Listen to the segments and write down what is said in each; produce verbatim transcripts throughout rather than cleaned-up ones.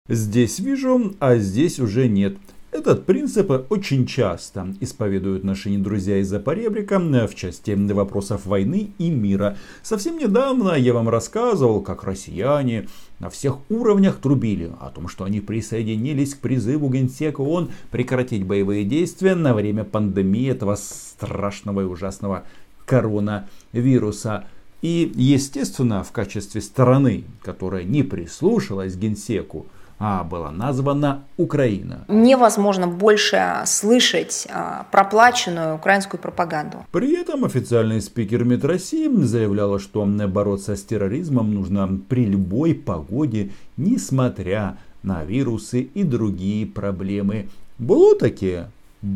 Здесь вижу, а здесь уже нет. Этот принцип очень часто исповедуют наши недрузья из Запоребрика в части вопросов войны и мира. Совсем недавно я вам рассказывал, как россияне на всех уровнях трубили о том, что они присоединились к призыву Генсека ООН прекратить боевые действия на время пандемии этого страшного и ужасного коронавируса. И, естественно, в качестве стороны, которая не прислушалась к Генсеку, а была названа Украина. Невозможно больше слышать а, проплаченную украинскую пропаганду. При этом официальный спикер МИД России заявляла, что бороться с терроризмом нужно при любой погоде, несмотря на вирусы и другие проблемы. Было такие?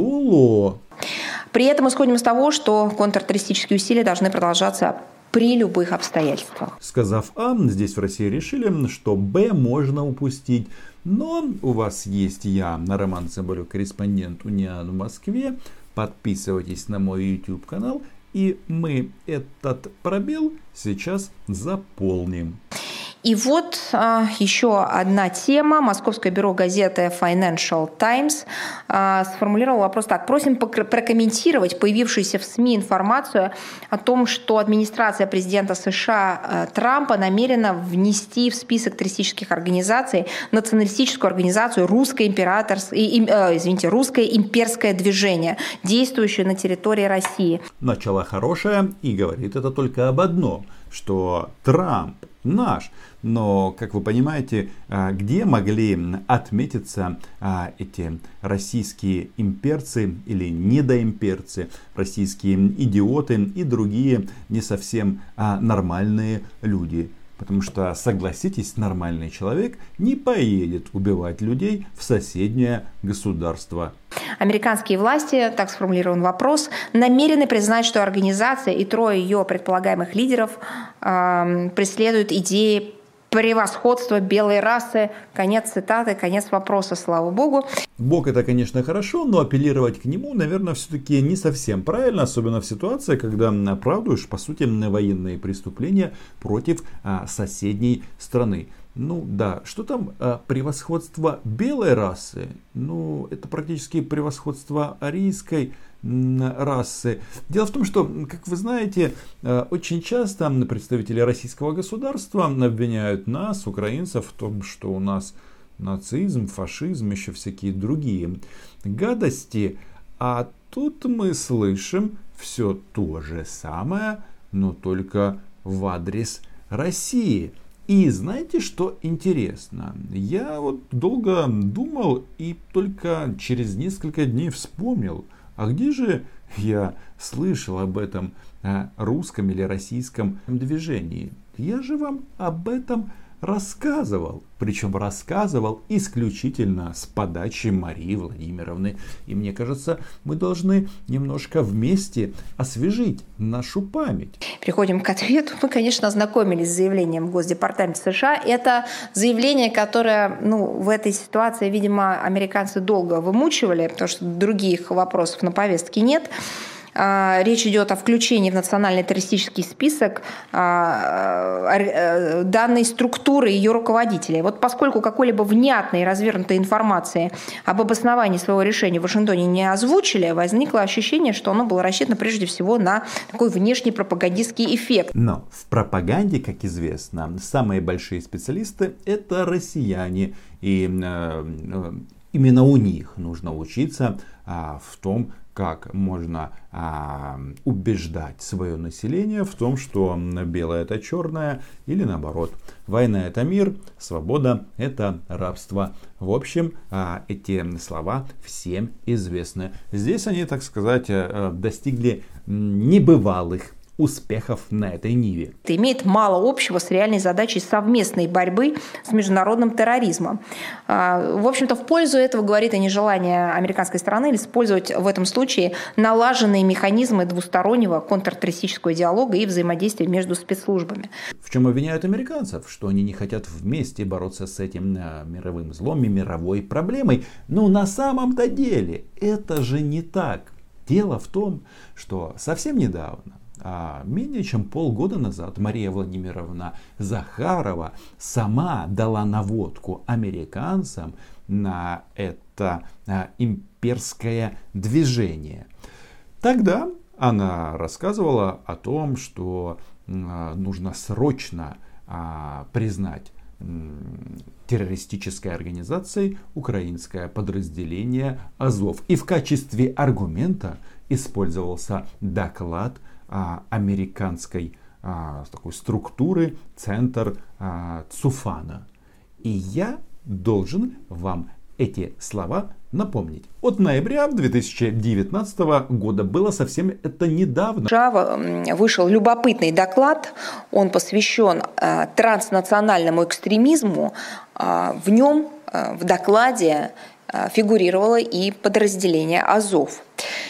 Было. При этом исходим из того, что контртеррористические усилия должны продолжаться при любых обстоятельствах. Сказав А, здесь в России решили, что Б можно упустить. Но у вас есть я, Роман Цымбалюк, корреспондент УНИАН в Москве. Подписывайтесь на мой YouTube канал, и мы этот пробел сейчас заполним. И вот а, еще одна тема. Московское бюро газеты Financial Times а, сформулировало вопрос так. Просим прокомментировать появившуюся в СМИ информацию о том, что администрация президента США а, Трампа намерена внести в список террористических организаций националистическую организацию «Русское, императорс... и, э, извините, «Русское имперское движение», действующее на территории России. Начало хорошее, и говорит это только об одном, что Трамп наш. Но, как вы понимаете, где могли отметиться эти российские имперцы или недоимперцы, российские идиоты и другие не совсем нормальные люди? Потому что, согласитесь, нормальный человек не поедет убивать людей в соседнее государство. Американские власти, так сформулирован вопрос, намерены признать, что организация и трое ее предполагаемых лидеров э, преследуют идеи превосходства белой расы. Конец цитаты, конец вопроса, слава богу. Бог это, конечно, хорошо, но апеллировать к нему, наверное, все-таки не совсем правильно, особенно в ситуации, когда оправдываешь, по сути, военные преступления против а, соседней страны. Ну да, что там а, превосходство белой расы? Ну, это практически превосходство арийской расы. Дело в том, что, как вы знаете, очень часто представители российского государства обвиняют нас, украинцев, в том, что у нас нацизм, фашизм, еще всякие другие гадости. А тут мы слышим все то же самое, но только в адрес России. И знаете, что интересно? Я вот долго думал и только через несколько дней вспомнил, а где же я слышал об этом русском или российском движении? Я же вам об этом рассказывал. Причем рассказывал исключительно с подачи Марии Владимировны. И мне кажется, мы должны немножко вместе освежить нашу память. Переходим к ответу. Мы, конечно, ознакомились с заявлением Госдепартамента США. Это заявление, которое, ну, в этой ситуации, видимо, американцы долго вымучивали, потому что других вопросов на повестке нет. Речь идет о включении в национальный террористический список данной структуры и ее руководителей. Вот поскольку какой-либо внятной и развернутой информации об обосновании своего решения в Вашингтоне не озвучили, возникло ощущение, что оно было рассчитано прежде всего на такой внешний пропагандистский эффект. Но в пропаганде, как известно, самые большие специалисты – это россияне. И э, именно у них нужно учиться э, в том, как можно а, убеждать свое население в том, что белое это черное, или наоборот. Война это мир, свобода это рабство. В общем, а, эти слова всем известны. Здесь они, так сказать, достигли небывалых успехов на этой ниве. Это имеет мало общего с реальной задачей совместной борьбы с международным терроризмом. В общем-то, в пользу этого говорит и нежелание американской стороны использовать в этом случае налаженные механизмы двустороннего контртеррористического диалога и взаимодействия между спецслужбами. В чем обвиняют американцев? Что они не хотят вместе бороться с этим мировым злом и мировой проблемой. Но на самом-то деле это же не так. Дело в том, что совсем недавно а менее чем полгода назад Мария Владимировна Захарова сама дала наводку американцам на это имперское движение. Тогда она рассказывала о том, что нужно срочно признать террористической организацией украинское подразделение Азов. И в качестве аргумента использовался доклад а, американской а, такой структуры Центр а, Цуфана. И я должен вам эти слова напомнить. От ноября две тысячи девятнадцатого года, было совсем это недавно. Вышел любопытный доклад, он посвящен э, транснациональному экстремизму. Э, в нем, э, в докладе э, фигурировало и подразделение Азов.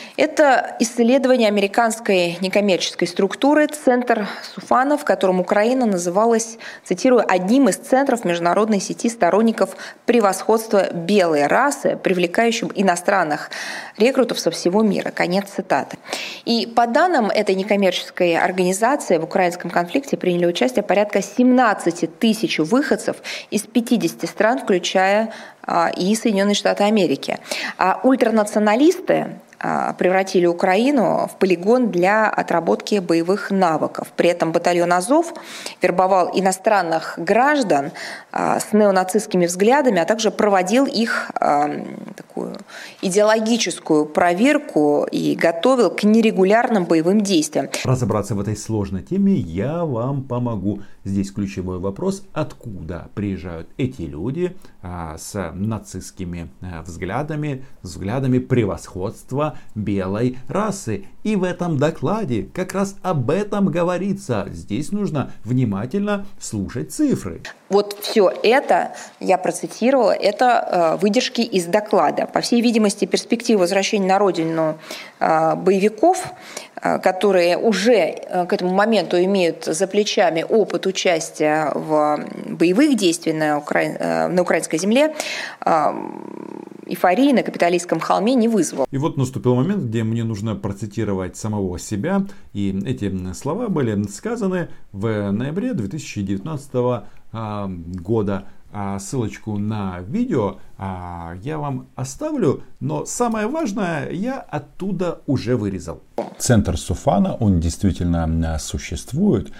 Это исследование американской некоммерческой структуры «Центр Цуфана», в котором Украина называлась, цитирую, «одним из центров международной сети сторонников превосходства белой расы, привлекающим иностранных рекрутов со всего мира». Конец цитаты. И по данным этой некоммерческой организации в украинском конфликте приняли участие порядка семнадцать тысяч выходцев из пятидесяти стран, включая и Соединенные Штаты Америки. А ультранационалисты превратили Украину в полигон для отработки боевых навыков. При этом батальон Азов вербовал иностранных граждан с неонацистскими взглядами, а также проводил их такую идеологическую проверку и готовил к нерегулярным боевым действиям. Разобраться в этой сложной теме я вам помогу. Здесь ключевой вопрос: откуда приезжают эти люди а, с нацистскими а, взглядами, взглядами превосходства белой расы. И в этом докладе как раз об этом говорится. Здесь нужно внимательно слушать цифры. Вот все это, я процитировала, это э, выдержки из доклада. По всей видимости, перспектива возвращения на родину э, боевиков, э, которые уже э, к этому моменту имеют за плечами опыт участия в боевых действиях на, укра... э, на украинской земле, э, эйфории на капиталистском холме не вызвал. И вот наступил момент, где мне нужно процитировать самого себя. И эти слова были сказаны в ноябре две тысячи девятнадцатого года. Ссылочку на видео я вам оставлю, но самое важное я оттуда уже вырезал. Центр Цуфана, он действительно существует.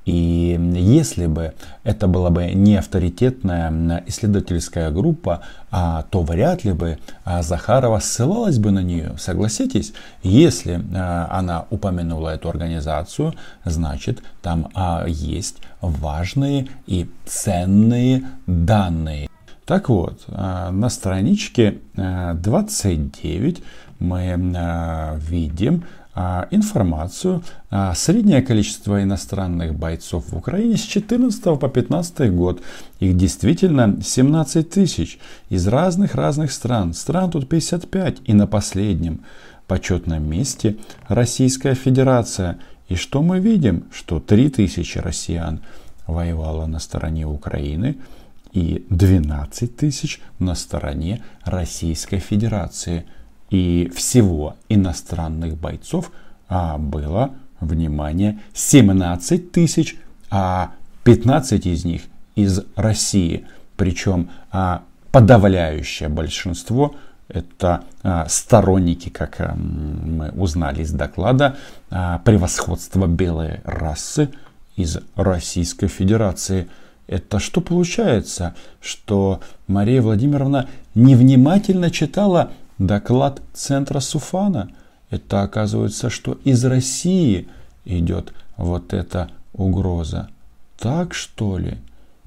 И если бы это была бы не авторитетная исследовательская группа, то вряд ли бы Захарова ссылалась бы на нее. Согласитесь, если она упомянула эту организацию, значит там есть важные и ценные данные. Так вот, на страничке двадцать девять мы видим информацию. Среднее количество иностранных бойцов в Украине с четырнадцатого по пятнадцатый год. Их действительно семнадцать тысяч из разных-разных стран. Стран тут пятьдесят пять. И на последнем почетном месте Российская Федерация. И что мы видим? Что три тысячи россиян воевало на стороне Украины и двенадцать тысяч на стороне Российской Федерации. И всего иностранных бойцов а, было, внимание, семнадцать тысяч, а пятнадцать из них из России. Причем а, подавляющее большинство это а, сторонники, как а, мы узнали из доклада, а, превосходства белой расы из Российской Федерации. Это что получается? Что Мария Владимировна невнимательно читала доклад Центра Цуфана. Это оказывается, что из России идет вот эта угроза. Так что ли?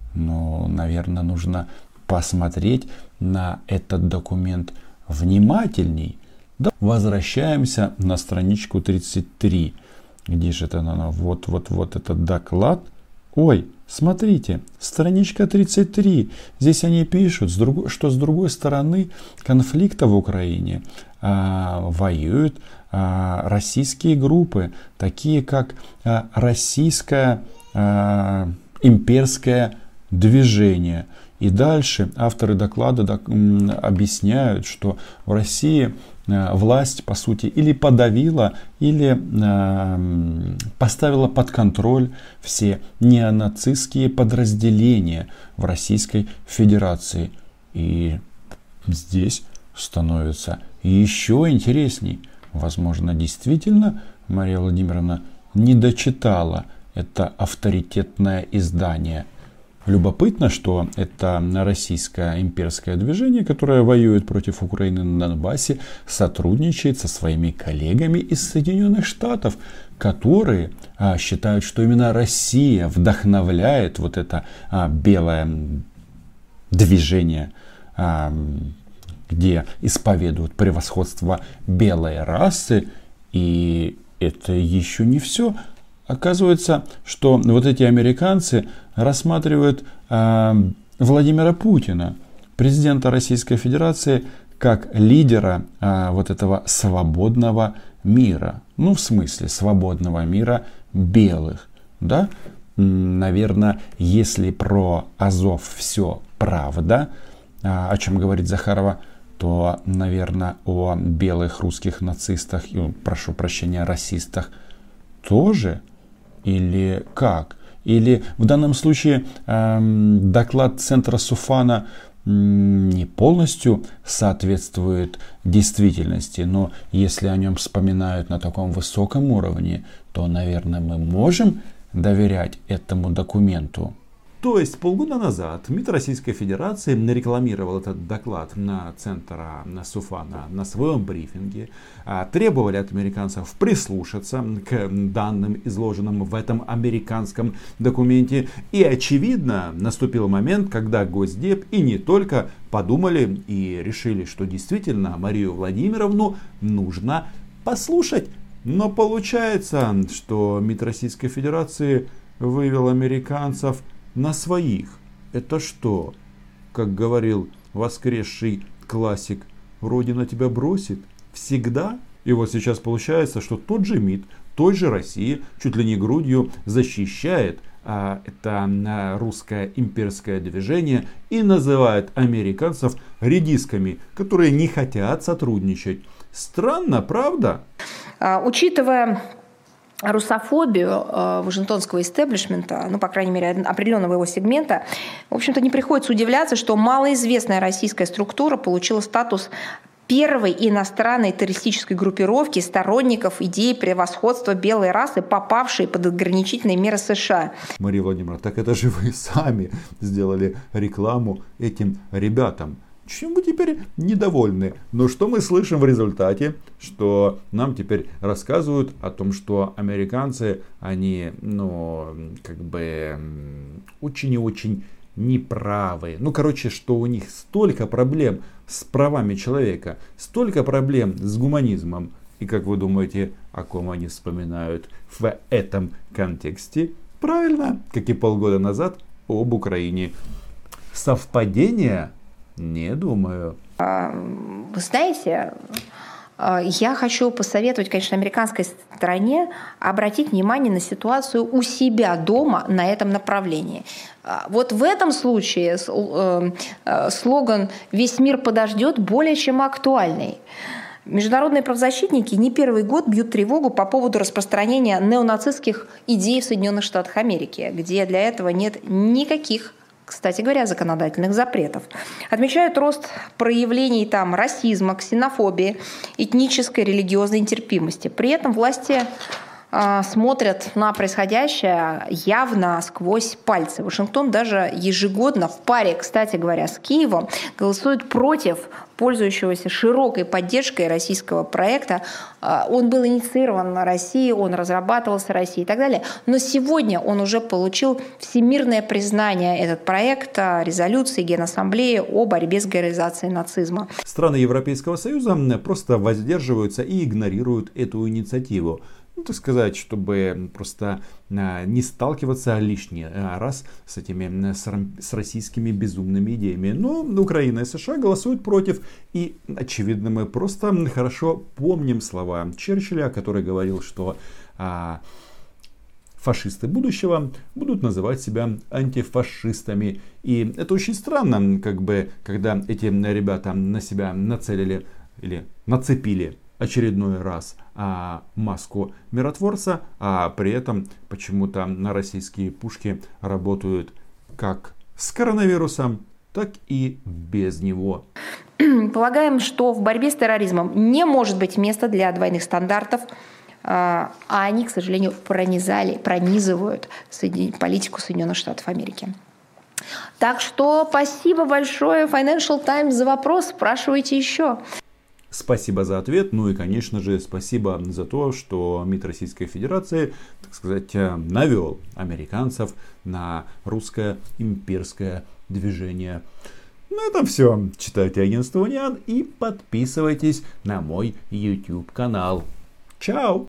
Ну, наверное, нужно посмотреть на этот документ внимательней. Да. Возвращаемся на страничку тридцать три. Где же это оно? Вот, вот, вот этот доклад. Ой, смотрите, страничка тридцать три. Здесь они пишут, что с другой стороны конфликта в Украине а, воюют а, российские группы, такие как а, российское а, имперское движение. И дальше авторы доклада объясняют, что в России власть, по сути, или подавила, или поставила под контроль все неонацистские подразделения в Российской Федерации. И здесь становится еще интересней. Возможно, действительно Мария Владимировна не дочитала это авторитетное издание. Любопытно, что это российское имперское движение, которое воюет против Украины на Донбассе, сотрудничает со своими коллегами из Соединенных Штатов, которые а, считают, что именно Россия вдохновляет вот это а, белое движение, а, где исповедуют превосходство белой расы. И это еще не все. Оказывается, что вот эти американцы рассматривают э, Владимира Путина, президента Российской Федерации, как лидера э, вот этого свободного мира. Ну, в смысле, свободного мира белых. Да? Наверное, если про Азов все правда, э, о чем говорит Захарова, то, наверное, о белых русских нацистах, и, прошу прощения, расистах тоже. Или как? Или в данном случае эм, доклад центра Суфана м, не полностью соответствует действительности, но если о нем вспоминают на таком высоком уровне, то, наверное, мы можем доверять этому документу. То есть полгода назад МИД Российской Федерации рекламировал этот доклад на центра на Суфана на своем брифинге, требовали от американцев прислушаться к данным, изложенным в этом американском документе. И очевидно, наступил момент, когда Госдеп и не только подумали и решили, что действительно Марию Владимировну нужно послушать. Но получается, что МИД Российской Федерации вывел американцев на своих. Это что? Как говорил воскресший классик, Родина тебя бросит всегда. И вот сейчас получается, что тот же МИД, той же России, чуть ли не грудью защищает а, это а, русское имперское движение и называет американцев редисками, которые не хотят сотрудничать. Странно, правда? А, учитывая русофобию э, вашингтонского истеблишмента, ну, по крайней мере, определенного его сегмента, в общем-то, не приходится удивляться, что малоизвестная российская структура получила статус первой иностранной террористической группировки сторонников идеи превосходства белой расы, попавшей под ограничительные меры США. Мария Владимировна, так это же вы сами сделали рекламу этим ребятам. Чем вы теперь недовольны? Но что мы слышим в результате? Что нам теперь рассказывают о том, что американцы, они, ну, как бы, очень и очень неправы. Ну, короче, что у них столько проблем с правами человека, столько проблем с гуманизмом. И как вы думаете, о ком они вспоминают в этом контексте? Правильно, как и полгода назад об Украине. Совпадение? Не думаю. Вы знаете, я хочу посоветовать, конечно, американской стороне обратить внимание на ситуацию у себя дома на этом направлении. Вот в этом случае слоган «Весь мир подождет» более чем актуальный. Международные правозащитники не первый год бьют тревогу по поводу распространения неонацистских идей в Соединенных Штатах Америки, где для этого нет никаких, кстати говоря, законодательных запретов. Отмечают рост проявлений там расизма, ксенофобии, этнической, религиозной нетерпимости. При этом власти э, смотрят на происходящее явно сквозь пальцы. Вашингтон даже ежегодно в паре, кстати говоря, с Киевом голосует против пользующегося широкой поддержкой российского проекта. Он был инициирован на России, он разрабатывался Россией и так далее. Но сегодня он уже получил всемирное признание, этот проект, резолюции Генассамблеи о борьбе с героизацией нацизма. Страны Европейского Союза просто воздерживаются и игнорируют эту инициативу. Ну, так сказать, чтобы просто не сталкиваться лишний раз с этими с российскими безумными идеями. Но Украина и США голосуют против. И, очевидно, мы просто хорошо помним слова Черчилля, который говорил, что а, фашисты будущего будут называть себя антифашистами. И это очень странно, как бы, когда эти ребята на себя нацелили или нацепили очередной раз а, маску миротворца, а при этом почему-то на российские пушки работают как с коронавирусом, так и без него. Полагаем, что в борьбе с терроризмом не может быть места для двойных стандартов, а они, к сожалению, пронизали, пронизывают политику Соединенных Штатов Америки. Так что спасибо большое Financial Times за вопрос. Спрашивайте еще. Спасибо за ответ. Ну и, конечно же, спасибо за то, что МИД Российской Федерации, так сказать, навел американцев на русское имперское движение. На этом все. Читайте агентство Униан и подписывайтесь на мой YouTube канал. Чао!